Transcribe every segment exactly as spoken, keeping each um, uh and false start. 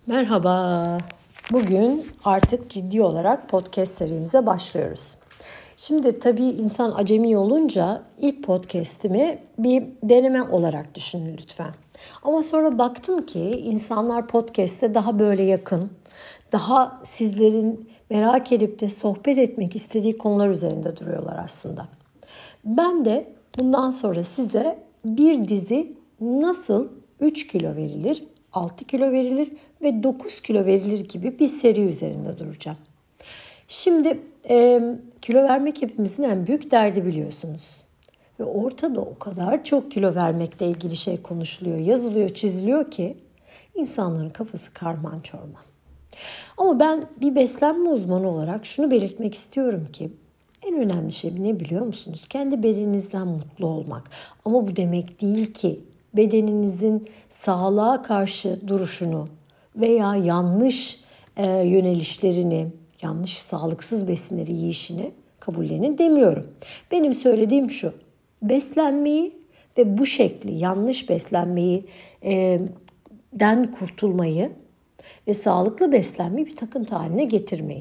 Merhaba. Bugün artık ciddi olarak podcast serimize başlıyoruz. Şimdi tabii insan acemi olunca ilk podcast'imi bir deneme olarak düşünün lütfen. Ama sonra baktım ki insanlar podcast'e daha böyle yakın, daha sizlerin merak edip de sohbet etmek istediği konular üzerinde duruyorlar aslında. Ben de bundan sonra size bir dizi nasıl üç kilo verilir, altı kilo verilir ve dokuz kilo verilir gibi bir seri üzerinde duracağım. Şimdi e, kilo vermek hepimizin en büyük derdi biliyorsunuz. Ve ortada o kadar çok kilo vermekle ilgili şey konuşuluyor, yazılıyor, çiziliyor ki insanların kafası karman çorman. Ama ben bir beslenme uzmanı olarak şunu belirtmek istiyorum ki en önemli şey ne biliyor musunuz? Kendi bedeninizden mutlu olmak. Ama bu demek değil ki bedeninizin sağlığa karşı duruşunu veya yanlış e, yönelişlerini, yanlış sağlıksız besinleri yiyişini kabullenin demiyorum. Benim söylediğim şu: beslenmeyi ve bu şekli yanlış beslenmeyi e, den kurtulmayı ve sağlıklı beslenmeyi bir takıntı haline getirmeyin.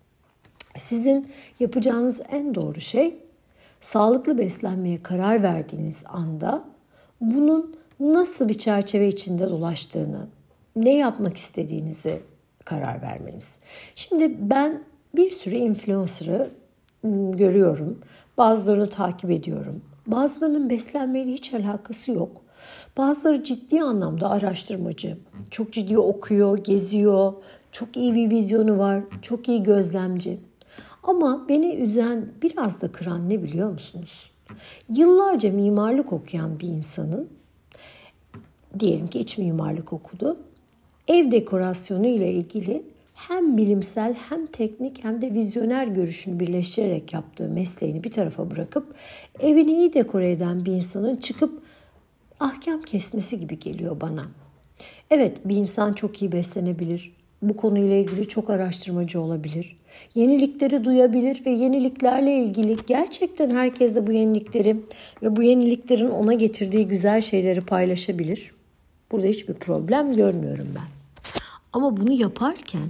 Sizin yapacağınız en doğru şey sağlıklı beslenmeye karar verdiğiniz anda bunun nasıl bir çerçeve içinde dolaştığını, ne yapmak istediğinizi karar vermeniz. Şimdi ben bir sürü influencer'ı görüyorum. Bazılarını takip ediyorum. Bazılarının beslenmeyle hiç alakası yok. Bazıları ciddi anlamda araştırmacı. Çok ciddi okuyor, geziyor. Çok iyi bir vizyonu var. Çok iyi gözlemci. Ama beni üzen, biraz da kıran ne biliyor musunuz? Yıllarca mimarlık okuyan bir insanın, diyelim ki iç mimarlık okudu, ev dekorasyonu ile ilgili hem bilimsel hem teknik hem de vizyoner görüşünü birleştirerek yaptığı mesleğini bir tarafa bırakıp evini iyi dekore eden bir insanın çıkıp ahkam kesmesi gibi geliyor bana. Evet, bir insan çok iyi beslenebilir. Bu konuyla ilgili çok araştırmacı olabilir. Yenilikleri duyabilir ve yeniliklerle ilgili gerçekten herkes de bu yenilikleri ve bu yeniliklerin ona getirdiği güzel şeyleri paylaşabilir. Burada hiçbir problem görmüyorum ben. Ama bunu yaparken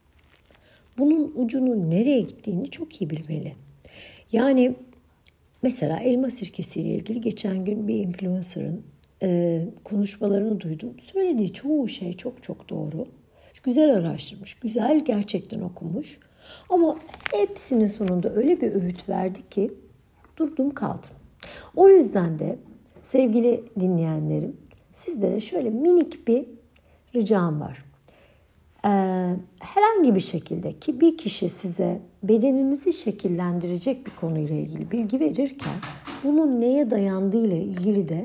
bunun ucunun nereye gittiğini çok iyi bilmeli. Yani mesela elma sirkesiyle ilgili geçen gün bir influencer'ın e, konuşmalarını duydum. Söylediği çoğu şey çok çok doğru. Güzel araştırmış, güzel gerçekten okumuş. Ama hepsinin sonunda öyle bir öğüt verdi ki durdum kaldım. O yüzden de sevgili dinleyenlerim, sizlere şöyle minik bir ricam var. Ee, herhangi bir şekilde ki bir kişi size bedeninizi şekillendirecek bir konuyla ilgili bilgi verirken bunun neye dayandığıyla ilgili de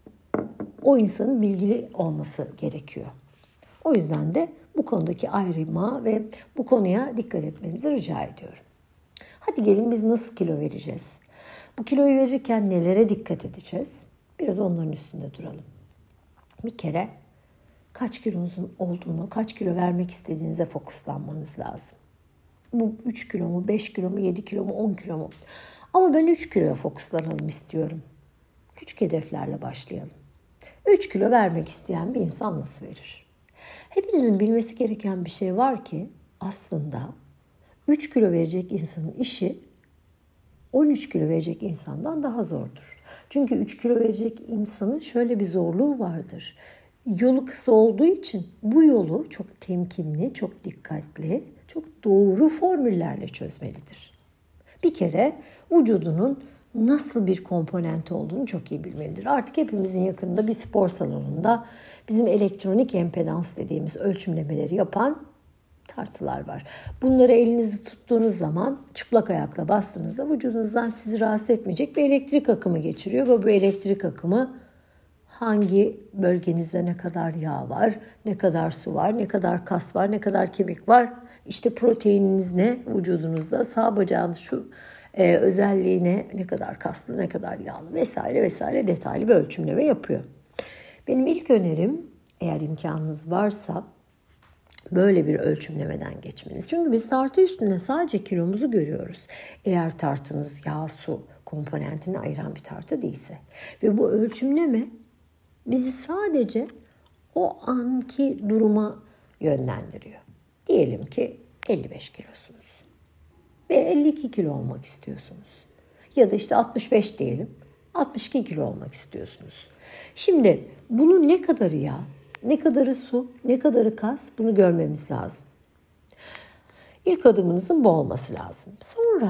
o insanın bilgili olması gerekiyor. O yüzden de bu konudaki ayrıma ve bu konuya dikkat etmenizi rica ediyorum. Hadi gelin biz nasıl kilo vereceğiz? Bu kiloyu verirken nelere dikkat edeceğiz? Biraz onların üstünde duralım. Bir kere kaç kilonuzun olduğunu, kaç kilo vermek istediğinize fokuslanmanız lazım. Bu üç kilo mu, beş kilo mu, yedi kilo mu, on kilo mu? Ama ben üç kiloya fokuslanalım istiyorum. Küçük hedeflerle başlayalım. üç kilo vermek isteyen bir insan nasıl verir? Hepinizin bilmesi gereken bir şey var ki aslında üç kilo verecek insanın işi on üç kilo verecek insandan daha zordur. Çünkü üç kilo verecek insanın şöyle bir zorluğu vardır. Yolu kısa olduğu için bu yolu çok temkinli, çok dikkatli, çok doğru formüllerle çözmelidir. Bir kere vücudunun nasıl bir komponenti olduğunu çok iyi bilmelidir. Artık hepimizin yakınında bir spor salonunda bizim elektronik empedans dediğimiz ölçümlemeleri yapan tartılar var. Bunları elinizi tuttuğunuz zaman çıplak ayakla bastığınızda vücudunuzdan sizi rahatsız etmeyecek bir elektrik akımı geçiriyor ve bu elektrik akımı hangi bölgenizde ne kadar yağ var, ne kadar su var, ne kadar kas var, ne kadar kemik var, işte proteininiz ne vücudunuzda, sağ bacağınız şu Ee, özelliğine ne kadar kaslı, ne kadar yağlı vesaire vesaire detaylı bir ölçümleme yapıyor. Benim ilk önerim, eğer imkanınız varsa böyle bir ölçümlemeden geçmeniz. Çünkü biz tartı üstünde sadece kilomuzu görüyoruz. Eğer tartınız yağ, su komponentini ayıran bir tartı değilse. Ve bu ölçümleme bizi sadece o anki duruma yönlendiriyor. Diyelim ki elli beş kilosunuz ve elli iki kilo olmak istiyorsunuz. Ya da işte altmış beş diyelim, altmış iki kilo olmak istiyorsunuz. Şimdi bunun ne kadarı yağ, ne kadarı su, ne kadarı kas, bunu görmemiz lazım. İlk adımınızın bu olması lazım. Sonra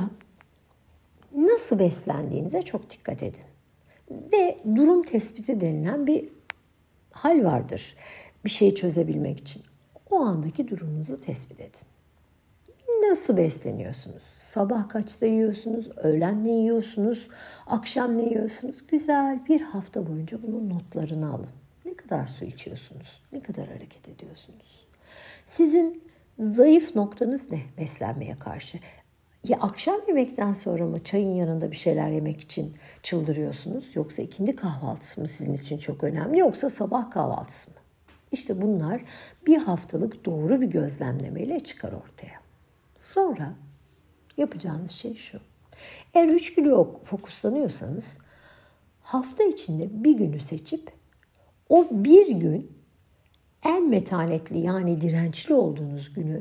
nasıl beslendiğinize çok dikkat edin. Ve durum tespiti denilen bir hal vardır. Bir şeyi çözebilmek için. O andaki durumunuzu tespit edin. Nasıl besleniyorsunuz? Sabah kaçta yiyorsunuz? Öğlen ne yiyorsunuz? Akşam ne yiyorsunuz? Güzel bir hafta boyunca bunun notlarını alın. Ne kadar su içiyorsunuz? Ne kadar hareket ediyorsunuz? Sizin zayıf noktanız ne beslenmeye karşı? Ya akşam yemekten sonra mı çayın yanında bir şeyler yemek için çıldırıyorsunuz? Yoksa ikindi kahvaltısı mı sizin için çok önemli? Yoksa sabah kahvaltısı mı? İşte bunlar bir haftalık doğru bir gözlemlemeyle çıkar ortaya. Sonra yapacağınız şey şu. Eğer üç kilo fokuslanıyorsanız hafta içinde bir günü seçip o bir gün en metanetli yani dirençli olduğunuz günü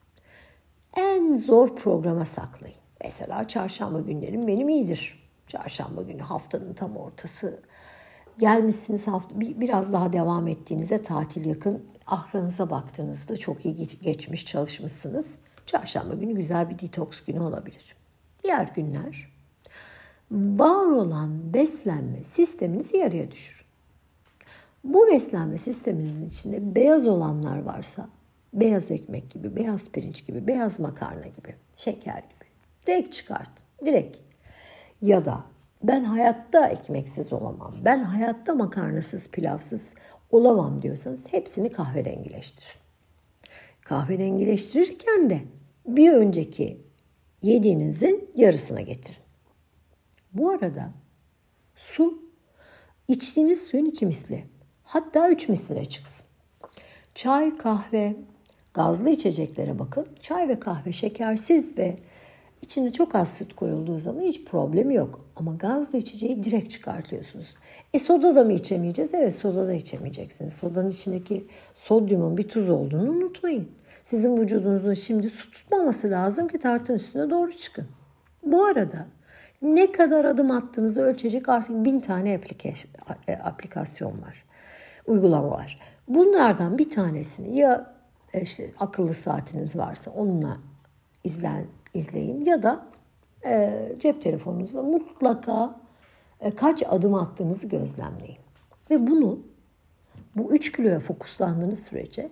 en zor programa saklayın. Mesela çarşamba günlerim benim iyidir. Çarşamba günü haftanın tam ortası. Gelmişsiniz hafta, biraz daha devam ettiğinizde tatil yakın. Ahranıza baktığınızda çok iyi geçmiş çalışmışsınız. Çarşamba günü güzel bir detoks günü olabilir. Diğer günler var olan beslenme sisteminizi yarıya düşürün. Bu beslenme sisteminizin içinde beyaz olanlar varsa beyaz ekmek gibi, beyaz pirinç gibi, beyaz makarna gibi, şeker gibi direkt çıkartın. Direkt. Ya da ben hayatta ekmeksiz olamam, ben hayatta makarnasız, pilavsız olamam diyorsanız hepsini kahverengileştirin. Kahverengileştirirken de bir önceki yediğinizin yarısına getirin. Bu arada su, içtiğiniz suyun iki misli, hatta üç misline çıksın. Çay, kahve, gazlı içeceklere bakın. Çay ve kahve şekersiz ve içine çok az süt koyulduğu zaman hiç problemi yok. Ama gazlı içeceği direkt çıkartıyorsunuz. E soda da mı içemeyeceğiz? Evet, soda da içemeyeceksiniz. Sodanın içindeki sodyumun bir tuz olduğunu unutmayın. Sizin vücudunuzun şimdi su tutmaması lazım ki tartın üstüne doğru çıkın. Bu arada ne kadar adım attığınızı ölçecek artık bin tane aplikasyon var, uygulama var. Bunlardan bir tanesini ya işte akıllı saatiniz varsa onunla izlen, izleyin ya da e, cep telefonunuzda mutlaka e, kaç adım attığınızı gözlemleyin. Ve bunu bu üç kiloya fokuslandığınız sürece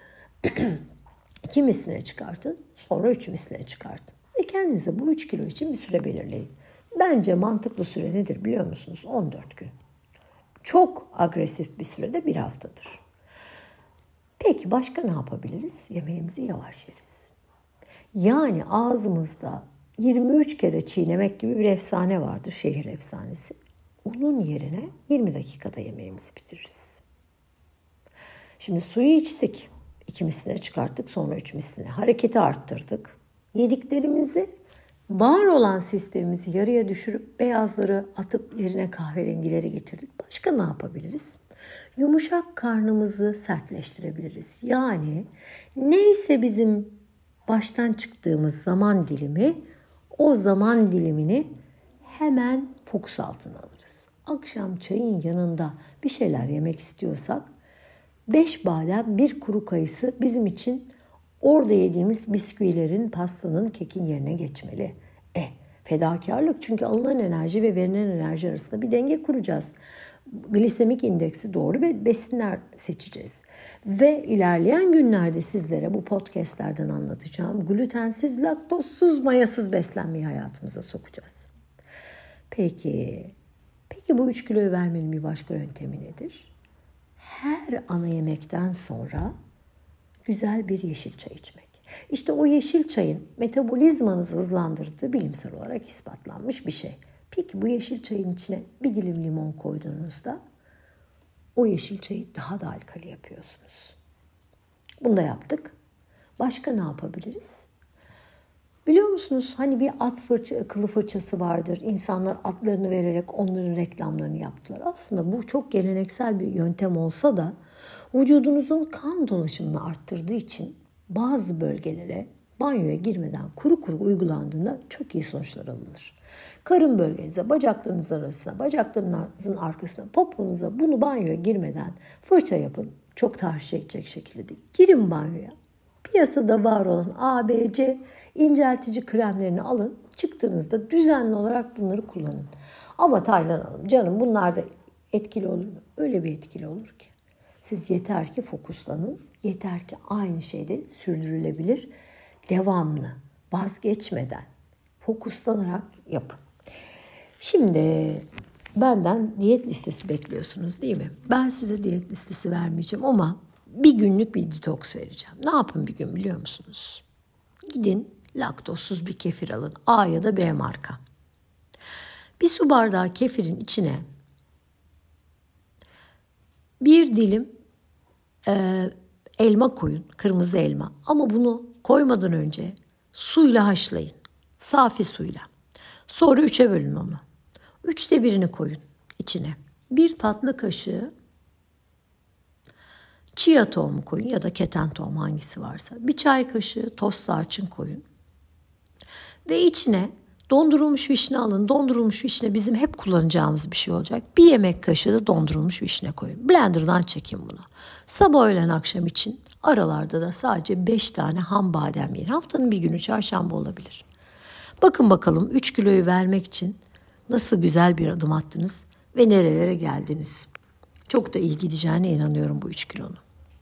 iki misline çıkartın, sonra üç misline çıkartın. Ve kendinize bu üç kilo için bir süre belirleyin. Bence mantıklı süre nedir biliyor musunuz? on dört gün. Çok agresif bir sürede bir haftadır. Peki başka ne yapabiliriz? Yemeğimizi yavaş yeriz. Yani ağzımızda yirmi üç kere çiğnemek gibi bir efsane vardır, şehir efsanesi. Onun yerine yirmi dakikada yemeğimizi bitiririz. Şimdi suyu içtik. İki misline çıkarttık, sonra üç misline. Hareketi arttırdık. Yediklerimizi, var olan sistemimizi yarıya düşürüp beyazları atıp yerine kahverengileri getirdik. Başka ne yapabiliriz? Yumuşak karnımızı sertleştirebiliriz. Yani neyse bizim baştan çıktığımız zaman dilimi, o zaman dilimini hemen fokus altına alırız. Akşam çayın yanında bir şeyler yemek istiyorsak beş badem, bir kuru kayısı bizim için orada yediğimiz bisküvilerin, pastanın, kekin yerine geçmeli. E, fedakarlık, çünkü alınan enerji ve verilen enerji arasında bir denge kuracağız. Glisemik indeksi doğru besinler seçeceğiz. Ve ilerleyen günlerde sizlere bu podcastlerden anlatacağım glutensiz, laktozsuz, mayasız beslenmeyi hayatımıza sokacağız. Peki, peki bu üç kiloyu vermenin bir başka yöntemi nedir? Her ana yemekten sonra güzel bir yeşil çay içmek. İşte o yeşil çayın metabolizmanızı hızlandırdığı bilimsel olarak ispatlanmış bir şey. Peki bu yeşil çayın içine bir dilim limon koyduğunuzda o yeşil çayı daha da alkali yapıyorsunuz. Bunu da yaptık. Başka ne yapabiliriz? Biliyor musunuz hani bir at fırça, akıllı fırçası vardır. İnsanlar atlarını vererek onların reklamlarını yaptılar. Aslında bu çok geleneksel bir yöntem olsa da Vücudunuzun kan dolaşımını arttırdığı için bazı bölgelere banyoya girmeden kuru kuru uygulandığında çok iyi sonuçlar alınır. Karın bölgenize, bacaklarınız arasına, bacaklarınızın arkasına, poponuza bunu banyoya girmeden fırça yapın. Çok tahriş edecek şekilde değil. Girin banyoya. Piyasada var olan A, B, C inceltici kremlerini alın. Çıktığınızda düzenli olarak bunları kullanın. Ama Taylan Hanım, canım bunlar da etkili olur mu? Öyle bir etkili olur ki. Siz yeter ki fokuslanın. Yeter ki aynı şeyde sürdürülebilir, devamlı, vazgeçmeden, fokuslanarak yapın. Şimdi benden diyet listesi bekliyorsunuz değil mi? Ben size diyet listesi vermeyeceğim ama bir günlük bir detoks vereceğim. Ne yapın bir gün biliyor musunuz? Gidin laktozsuz bir kefir alın. A ya da B marka. Bir su bardağı kefirin içine bir dilim e, elma koyun. Kırmızı elma. Ama bunu koymadan önce suyla haşlayın. Safi suyla. Sonra üçe bölün onu. Üçte birini koyun içine. Bir tatlı kaşığı chia tohumu koyun ya da keten tohumu hangisi varsa. Bir çay kaşığı toz tarçın koyun. Ve içine dondurulmuş vişne alın. Dondurulmuş vişne bizim hep kullanacağımız bir şey olacak. Bir yemek kaşığı da dondurulmuş vişne koyun. Blender'dan çekin bunu. Sabah öğlen akşam için aralarda da sadece beş tane ham badem yiyin. Haftanın bir günü çarşamba olabilir. Bakın bakalım üç kiloyu vermek için nasıl güzel bir adım attınız ve nerelere geldiniz. Çok da iyi gideceğine inanıyorum bu üç kilonun.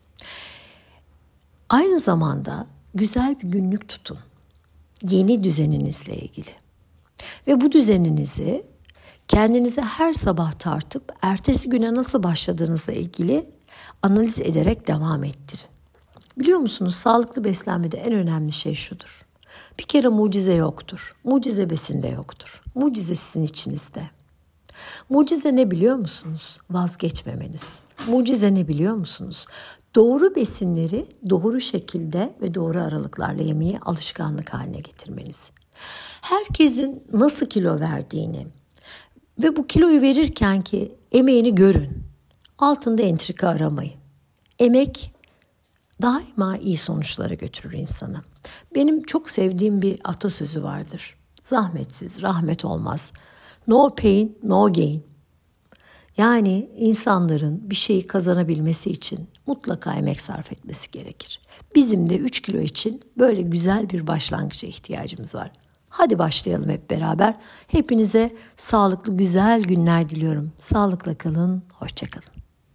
Aynı zamanda güzel bir günlük tutun. Yeni düzeninizle ilgili. Ve bu düzeninizi kendinize her sabah tartıp ertesi güne nasıl başladığınızla ilgili analiz ederek devam ettirin. Biliyor musunuz, sağlıklı beslenmede en önemli şey şudur. Bir kere mucize yoktur. Mucize besinde yoktur. Mucize sizin içinizde. Mucize ne biliyor musunuz? Vazgeçmemeniz. Mucize ne biliyor musunuz? Doğru besinleri doğru şekilde ve doğru aralıklarla yemeği alışkanlık haline getirmeniz. Herkesin nasıl kilo verdiğini ve bu kiloyu verirken ki emeğini görün. Altında entrika aramayın. Emek daima iyi sonuçlara götürür insanı. Benim çok sevdiğim bir atasözü vardır. Zahmetsiz rahmet olmaz. No pain, no gain. Yani insanların bir şeyi kazanabilmesi için mutlaka emek sarf etmesi gerekir. Bizim de üç kilo için böyle güzel bir başlangıça ihtiyacımız var. Hadi başlayalım hep beraber. Hepinize sağlıklı güzel günler diliyorum. Sağlıkla kalın, hoşça kalın.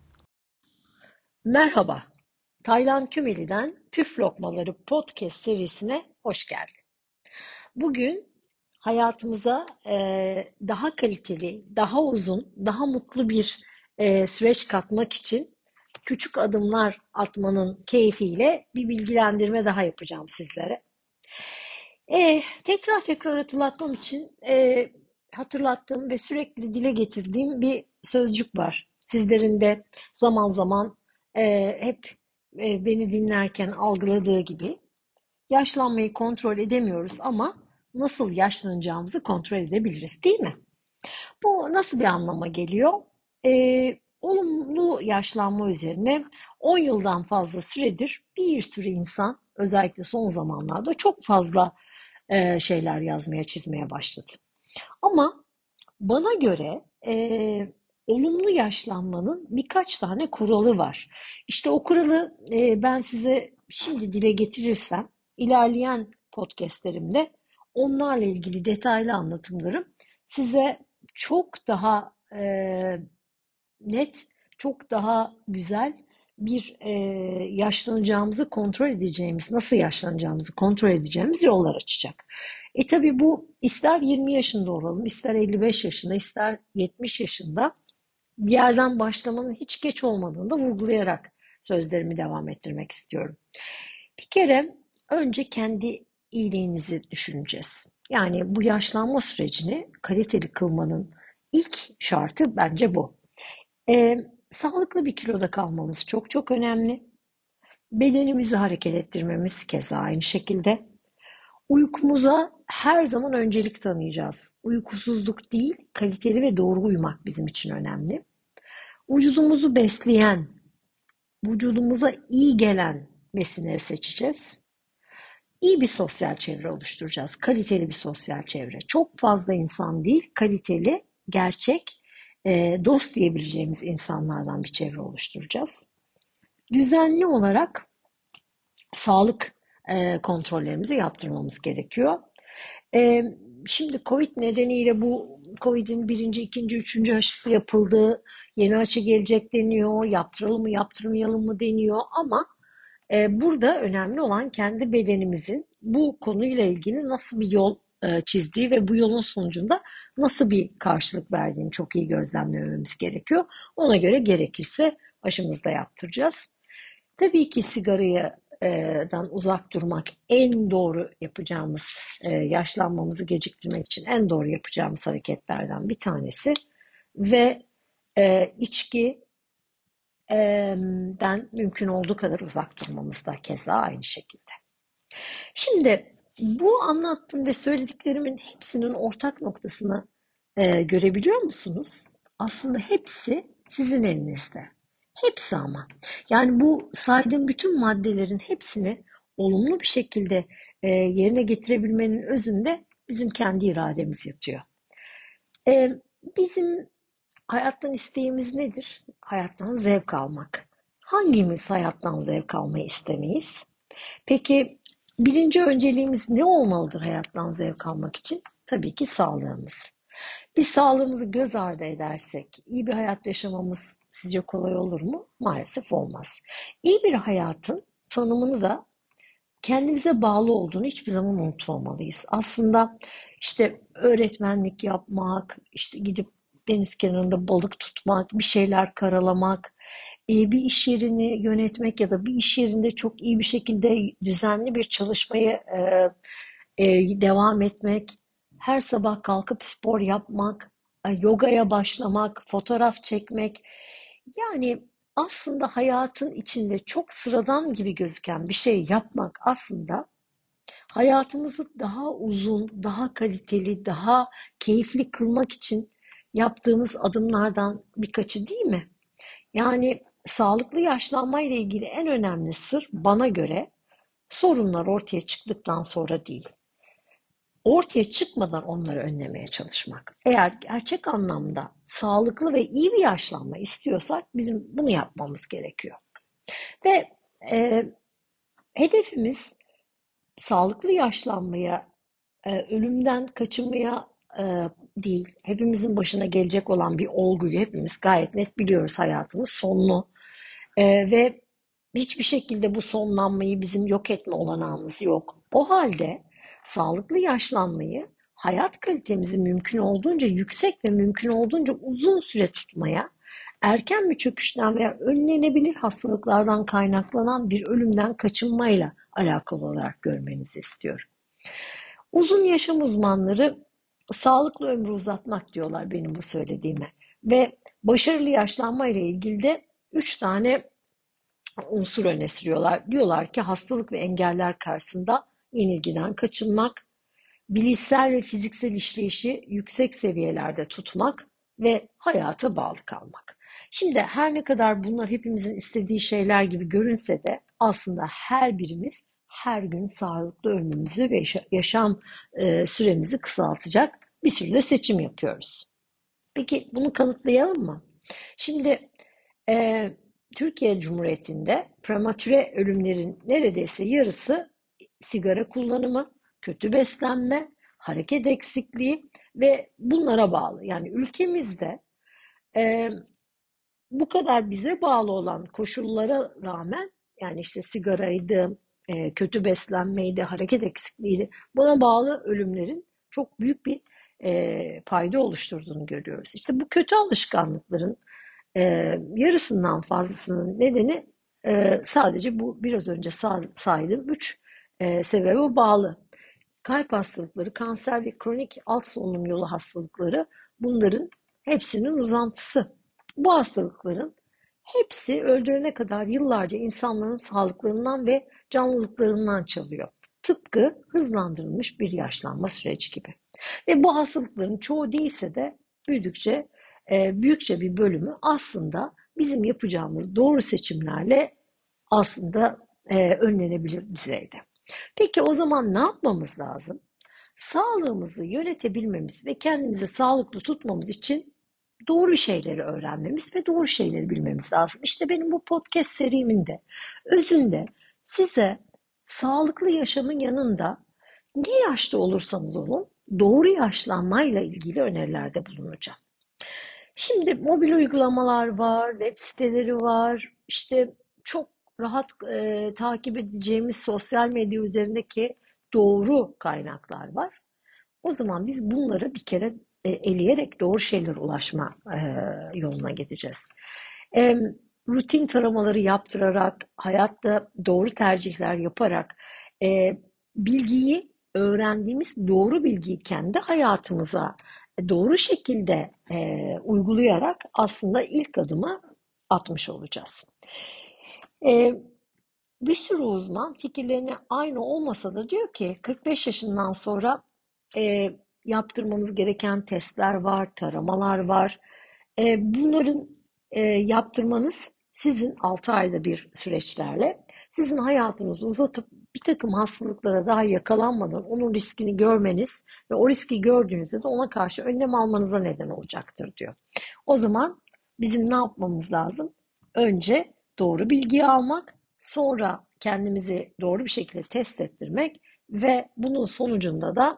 Merhaba. Taylan Kümeli'den Püf Lokmaları podcast serisine hoş geldin. Bugün hayatımıza e, daha kaliteli, daha uzun, daha mutlu bir e, süreç katmak için küçük adımlar atmanın keyfiyle bir bilgilendirme daha yapacağım sizlere. E, tekrar tekrar hatırlatmam için e, hatırlattığım ve sürekli dile getirdiğim bir sözcük var. Sizlerin de zaman zaman e, hep e, beni dinlerken algıladığı gibi. Yaşlanmayı kontrol edemiyoruz ama nasıl yaşlanacağımızı kontrol edebiliriz, değil mi? Bu nasıl bir anlama geliyor? Ee, olumlu yaşlanma üzerine on yıldan fazla süredir bir sürü insan özellikle son zamanlarda çok fazla e, şeyler yazmaya, çizmeye başladı. Ama bana göre e, olumlu yaşlanmanın birkaç tane kuralı var. İşte o kuralı e, ben size şimdi dile getirirsem ilerleyen podcastlerimde onlarla ilgili detaylı anlatımlarım size çok daha e, net, çok daha güzel bir e, yaşlanacağımızı kontrol edeceğimiz, nasıl yaşlanacağımızı kontrol edeceğimiz yollar açacak. E tabi bu ister yirmi yaşında olalım, ister elli beş yaşında, ister yetmiş yaşında bir yerden başlamanın hiç geç olmadığını da vurgulayarak sözlerimi devam ettirmek istiyorum. Bir kere önce kendi iyiliğinizi düşüneceğiz. Yani bu yaşlanma sürecini kaliteli kılmanın ilk şartı bence bu. Ee, sağlıklı bir kiloda kalmamız çok çok önemli. Bedenimizi hareket ettirmemiz keza aynı şekilde. Uykumuza her zaman öncelik tanıyacağız. Uykusuzluk değil, kaliteli ve doğru uyumak bizim için önemli. Vücudumuzu besleyen vücudumuza iyi gelen besinleri seçeceğiz. İyi bir sosyal çevre oluşturacağız. Kaliteli bir sosyal çevre. Çok fazla insan değil, kaliteli, gerçek, e, dost diyebileceğimiz insanlardan bir çevre oluşturacağız. Düzenli olarak sağlık e, kontrollerimizi yaptırmamız gerekiyor. E, Şimdi Covid nedeniyle bu Covid'in birinci, ikinci, üçüncü aşısı yapıldı. Yeni aşı gelecek deniyor. Yaptıralım mı, yaptırmayalım mı deniyor. Ama e, burada önemli olan kendi bedenimizin bu konuyla ilgili nasıl bir yol e, çizdiği ve bu yolun sonucunda nasıl bir karşılık verdiğini çok iyi gözlemlememiz gerekiyor. Ona göre gerekirse aşımızı da yaptıracağız. Tabii ki sigaradan uzak durmak en doğru yapacağımız, e, yaşlanmamızı geciktirmek için en doğru yapacağımız hareketlerden bir tanesi. Ve e, içkiden mümkün olduğu kadar uzak durmamız da keza aynı şekilde. Şimdi bu anlattığım ve söylediklerimin hepsinin ortak noktasını e, görebiliyor musunuz? Aslında hepsi sizin elinizde. Hepsi ama. Yani bu saydığım bütün maddelerin hepsini olumlu bir şekilde e, yerine getirebilmenin özünde bizim kendi irademiz yatıyor. E, Bizim hayattan isteğimiz nedir? Hayattan zevk almak. Hangimiz hayattan zevk almayı istemeyiz? Peki birinci önceliğimiz ne olmalıdır hayattan zevk almak için? Tabii ki sağlığımız. Biz sağlığımızı göz ardı edersek iyi bir hayat yaşamamız sizce kolay olur mu? Maalesef olmaz. İyi bir hayatın tanımını da kendimize bağlı olduğunu hiçbir zaman unutmamalıyız. Aslında işte öğretmenlik yapmak, işte gidip deniz kenarında balık tutmak, bir şeyler karalamak, e, bir iş yerini yönetmek ya da bir iş yerinde çok iyi bir şekilde düzenli bir çalışmayı e, e, devam etmek, her sabah kalkıp spor yapmak, e, yogaya başlamak, fotoğraf çekmek. Yani aslında hayatın içinde çok sıradan gibi gözüken bir şey yapmak aslında hayatımızı daha uzun, daha kaliteli, daha keyifli kılmak için yaptığımız adımlardan birkaçı değil mi? Yani sağlıklı yaşlanma ile ilgili en önemli sır bana göre sorunlar ortaya çıktıktan sonra değil. Ortaya çıkmadan onları önlemeye çalışmak. Eğer gerçek anlamda sağlıklı ve iyi bir yaşlanma istiyorsak bizim bunu yapmamız gerekiyor. Ve e, hedefimiz sağlıklı yaşlanmaya, e, ölümden kaçınmaya e, değil, hepimizin başına gelecek olan bir olguyu hepimiz gayet net biliyoruz, hayatımız sonlu. E, ve hiçbir şekilde bu sonlanmayı bizim yok etme olanağımız yok. O halde sağlıklı yaşlanmayı, hayat kalitemizi mümkün olduğunca yüksek ve mümkün olduğunca uzun süre tutmaya, erken bir çöküşten veya önlenebilir hastalıklardan kaynaklanan bir ölümden kaçınmayla alakalı olarak görmenizi istiyorum. Uzun yaşam uzmanları sağlıklı ömrü uzatmak diyorlar benim bu söylediğime. Ve başarılı yaşlanma ile ilgili de üç tane unsur öne sürüyorlar. Diyorlar ki hastalık ve engeller karşısında yenilgiden kaçınmak, bilişsel ve fiziksel işleyişi yüksek seviyelerde tutmak ve hayata bağlı kalmak. Şimdi her ne kadar bunlar hepimizin istediği şeyler gibi görünse de aslında her birimiz her gün sağlıklı ömrümüzü ve yaşam e, süremizi kısaltacak bir sürü de seçim yapıyoruz. Peki bunu kanıtlayalım mı? Şimdi e, Türkiye Cumhuriyeti'nde prematüre ölümlerin neredeyse yarısı sigara kullanımı, kötü beslenme, hareket eksikliği ve bunlara bağlı. Yani ülkemizde e, bu kadar bize bağlı olan koşullara rağmen, yani işte sigaraydı, e, kötü beslenmeydi, hareket eksikliğiydi, buna bağlı ölümlerin çok büyük bir e, payda oluşturduğunu görüyoruz. İşte bu kötü alışkanlıkların e, yarısından fazlasının nedeni e, sadece bu biraz önce saydığım üç e, sebebe bağlı. Kalp hastalıkları, kanser ve kronik alt solunum yolu hastalıkları bunların hepsinin uzantısı. Bu hastalıkların hepsi öldürene kadar yıllarca insanların sağlıklarından ve canlılıklarından çalıyor. Tıpkı hızlandırılmış bir yaşlanma süreci gibi. Ve bu hastalıkların çoğu değilse de büyüdükçe e, büyükçe bir bölümü aslında bizim yapacağımız doğru seçimlerle aslında e, önlenebilir düzeyde. Peki o zaman ne yapmamız lazım? Sağlığımızı yönetebilmemiz ve kendimizi sağlıklı tutmamız için doğru şeyleri öğrenmemiz ve doğru şeyleri bilmemiz lazım. İşte benim bu podcast serimin de özünde size sağlıklı yaşamın yanında ne yaşta olursanız olun doğru yaşlanmayla ilgili önerilerde bulunacağım. Şimdi mobil uygulamalar var, web siteleri var, işte çok rahat e, takip edeceğimiz sosyal medya üzerindeki doğru kaynaklar var. O zaman biz bunları bir kere e, eleyerek doğru şeylere ulaşma e, yoluna gideceğiz. E, rutin taramaları yaptırarak, hayatta doğru tercihler yaparak e, bilgiyi, öğrendiğimiz doğru bilgiyi kendi hayatımıza doğru şekilde e, uygulayarak aslında ilk adımı atmış olacağız. E, bir sürü uzman fikirlerini aynı olmasa da diyor ki kırk beş yaşından sonra e, yaptırmanız gereken testler var, taramalar var. E, bunların e, yaptırmanız sizin altı ayda bir süreçlerle sizin hayatınızı uzatıp bir takım hastalıklara daha yakalanmadan onun riskini görmeniz ve o riski gördüğünüzde de ona karşı önlem almanıza neden olacaktır diyor. O zaman bizim ne yapmamız lazım? Önce doğru bilgiyi almak, sonra kendimizi doğru bir şekilde test ettirmek ve bunun sonucunda da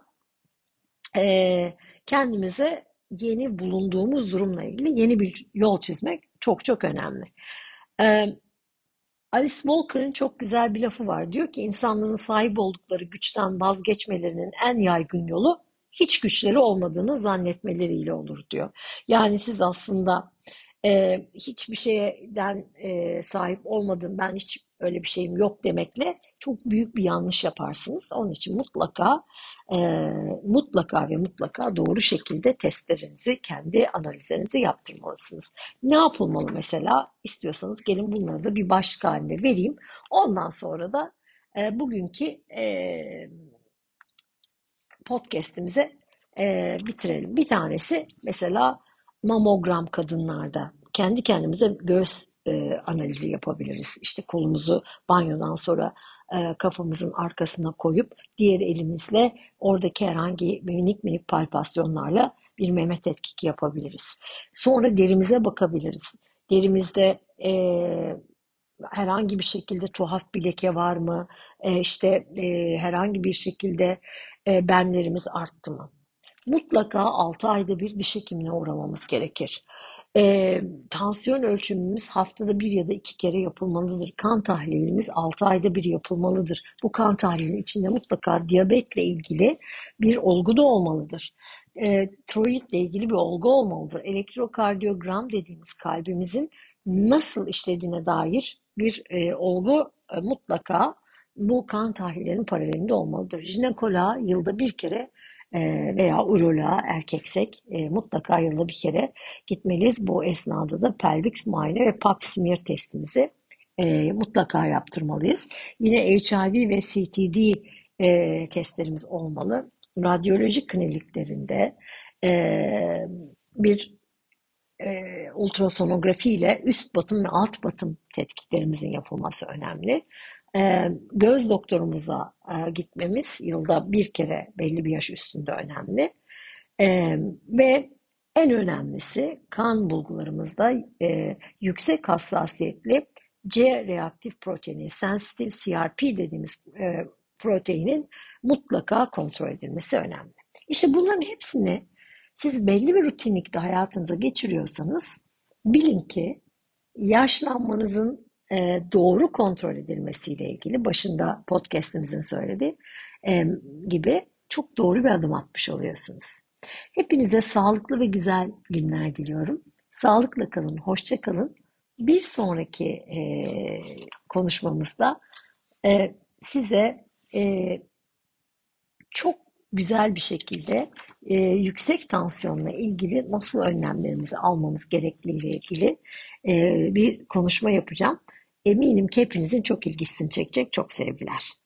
e, kendimize yeni bulunduğumuz durumla ilgili yeni bir yol çizmek çok çok önemli. E, Alice Walker'ın çok güzel bir lafı var. Diyor ki insanların sahip oldukları güçten vazgeçmelerinin en yaygın yolu hiç güçleri olmadığını zannetmeleriyle olur diyor. Yani siz aslında e, hiçbir şeyden e, sahip olmadım, ben hiç öyle bir şeyim yok demekle çok büyük bir yanlış yaparsınız. Onun için mutlaka e, mutlaka ve mutlaka doğru şekilde testlerinizi, kendi analizlerinizi yaptırmalısınız. Ne yapılmalı mesela? İstiyorsanız gelin bunları da bir başlık halinde vereyim. Ondan sonra da e, bugünkü e, podcast'imize e, bitirelim. Bir tanesi mesela mamogram kadınlarda. Kendi kendimize göğüs e, analizi yapabiliriz. İşte kolumuzu banyodan sonra e, kafamızın arkasına koyup diğer elimizle oradaki herhangi minik minik palpasyonlarla bir meme tetkiki yapabiliriz. Sonra derimize bakabiliriz. Derimizde e, herhangi bir şekilde tuhaf bir leke var mı? E, işte e, herhangi bir şekilde e, benlerimiz arttı mı? Mutlaka altı ayda bir diş hekimine uğramamız gerekir. E, tansiyon ölçümümüz haftada bir ya da iki kere yapılmalıdır. Kan tahlilimiz altı ayda bir yapılmalıdır. Bu kan tahlilinin içinde mutlaka diyabetle ilgili bir olgu da olmalıdır. E, tiroidle ilgili bir olgu olmalıdır. Elektrokardiyogram dediğimiz kalbimizin nasıl işlediğine dair bir e, olgu e, mutlaka bu kan tahlillerinin paralelinde olmalıdır. Jinekoloğa yılda bir kere e, veya uroloğa erkeksek e, mutlaka yılda bir kere gitmeliyiz. Bu esnada da pelvik muayene ve pap smear testimizi e, mutlaka yaptırmalıyız. Yine H I V ve C T D e, testlerimiz olmalı. Radyoloji kliniklerinde e, bir e, ultrasonografi ile üst batım ve alt batım tetkiklerimizin yapılması önemli. E, göz doktorumuza e, gitmemiz yılda bir kere belli bir yaş üstünde önemli. E, ve en önemlisi kan bulgularımızda e, yüksek hassasiyetli C reaktif proteini, sensitive C R P dediğimiz e, proteinin mutlaka kontrol edilmesi önemli. İşte bunların hepsini siz belli bir rutinlikte hayatınıza geçiriyorsanız bilin ki yaşlanmanızın e, doğru kontrol edilmesiyle ilgili başında podcast'imizin söylediği e, gibi çok doğru bir adım atmış oluyorsunuz. Hepinize sağlıklı ve güzel günler diliyorum. Sağlıkla kalın, hoşça kalın. Bir sonraki e, konuşmamızda e, size e, çok güzel bir şekilde e, yüksek tansiyonla ilgili nasıl önlemlerimizi almamız gerektiğiyle ilgili e, bir konuşma yapacağım. Eminim ki hepinizin çok ilgisini çekecek. Çok sevgiler.